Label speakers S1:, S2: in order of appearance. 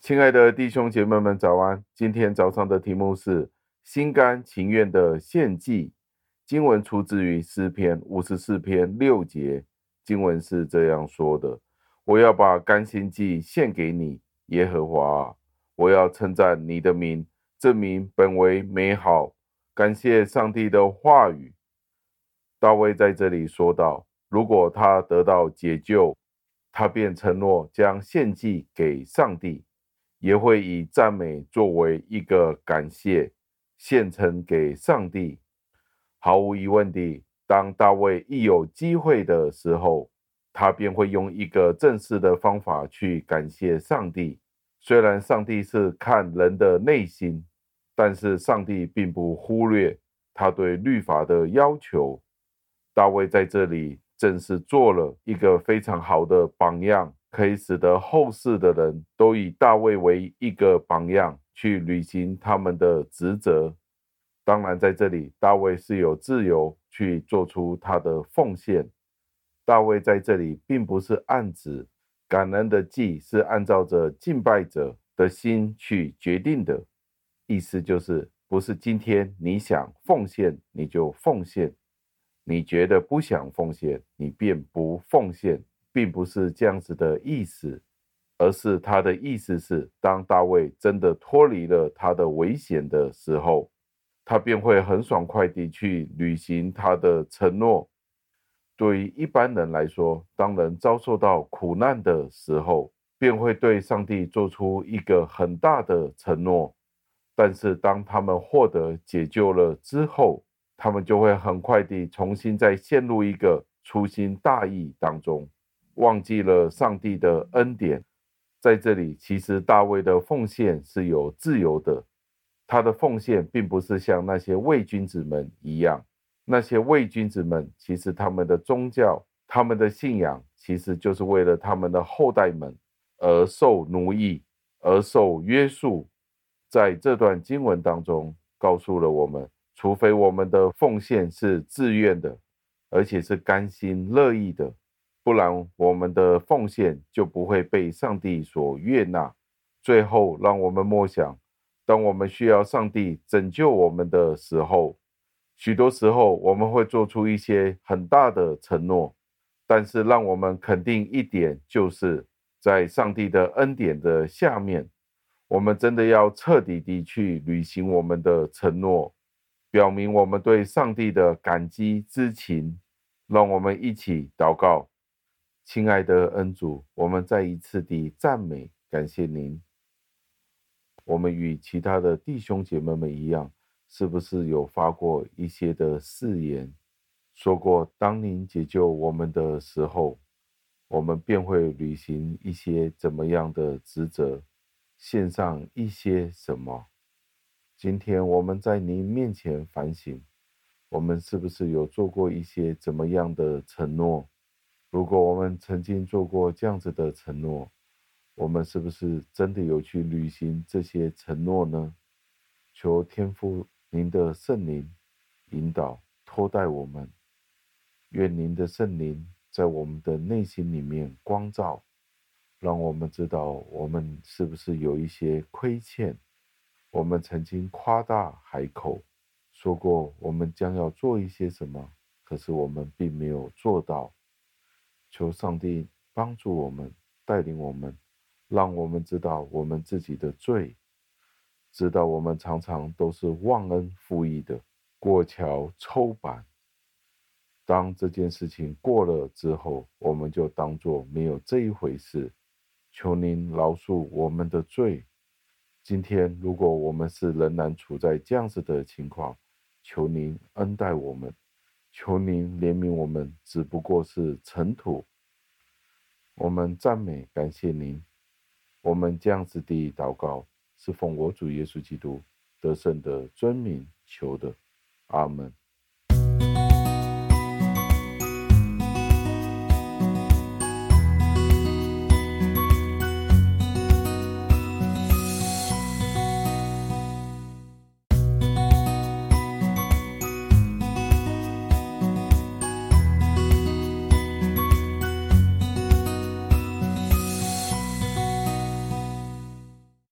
S1: 亲爱的弟兄姐妹们，早安！今天早上的题目是心甘情愿的献祭。经文出自于诗篇54篇6节，经文是这样说的：我要把甘心祭献给你，耶和华啊，我要称赞你的名，这名本为美好。感谢上帝的话语。大卫在这里说道，如果他得到解救，他便承诺将献祭给上帝，也会以赞美作为一个感谢，献呈给上帝。毫无疑问地，当大卫一有机会的时候，他便会用一个正式的方法去感谢上帝。虽然上帝是看人的内心，但是上帝并不忽略他对律法的要求。大卫在这里正是做了一个非常好的榜样，可以使得后世的人都以大卫为一个榜样，去履行他们的职责。当然，在这里，大卫是有自由去做出他的奉献。大卫在这里并不是暗指感恩的祭是按照着敬拜者的心去决定的，意思就是不是今天你想奉献你就奉献，你觉得不想奉献你便不奉献，并不是这样子的意思，而是他的意思是，当大卫真的脱离了他的危险的时候，他便会很爽快地去履行他的承诺。对于一般人来说，当人遭受到苦难的时候，便会对上帝做出一个很大的承诺。但是当他们获得解救了之后，他们就会很快地重新再陷入一个粗心大意当中，忘记了上帝的恩典。在这里，其实大卫的奉献是有自由的，他的奉献并不是像那些伪君子们一样，那些伪君子们其实他们的宗教、他们的信仰，其实就是为了他们的后代们而受奴役、而受约束。在这段经文当中，告诉了我们，除非我们的奉献是自愿的，而且是甘心乐意的，不然我们的奉献就不会被上帝所悦纳。最后，让我们默想，当我们需要上帝拯救我们的时候，许多时候我们会做出一些很大的承诺，但是让我们肯定一点，就是在上帝的恩典的下面，我们真的要彻底地去履行我们的承诺，表明我们对上帝的感激之情。让我们一起祷告。亲爱的恩主，我们再一次地赞美感谢您。我们与其他的弟兄姐妹们一样，是不是有发过一些的誓言，说过当您解救我们的时候，我们便会履行一些怎么样的职责，献上一些什么？今天我们在您面前反省，我们是不是有做过一些怎么样的承诺？如果我们曾经做过这样子的承诺，我们是不是真的有去履行这些承诺呢？求天父您的圣灵引导托带我们，愿您的圣灵在我们的内心里面光照，让我们知道我们是不是有一些亏欠，我们曾经夸大海口，说过我们将要做一些什么，可是我们并没有做到。求上帝帮助我们，带领我们，让我们知道我们自己的罪，知道我们常常都是忘恩负义的，过桥抽板。当这件事情过了之后，我们就当作没有这一回事。求您饶恕我们的罪。今天如果我们是仍然处在这样子的情况，求您恩待我们，求您怜悯我们，只不过是尘土。我们赞美感谢您，我们这样子的祷告是奉我主耶稣基督得胜的尊名求的，阿们。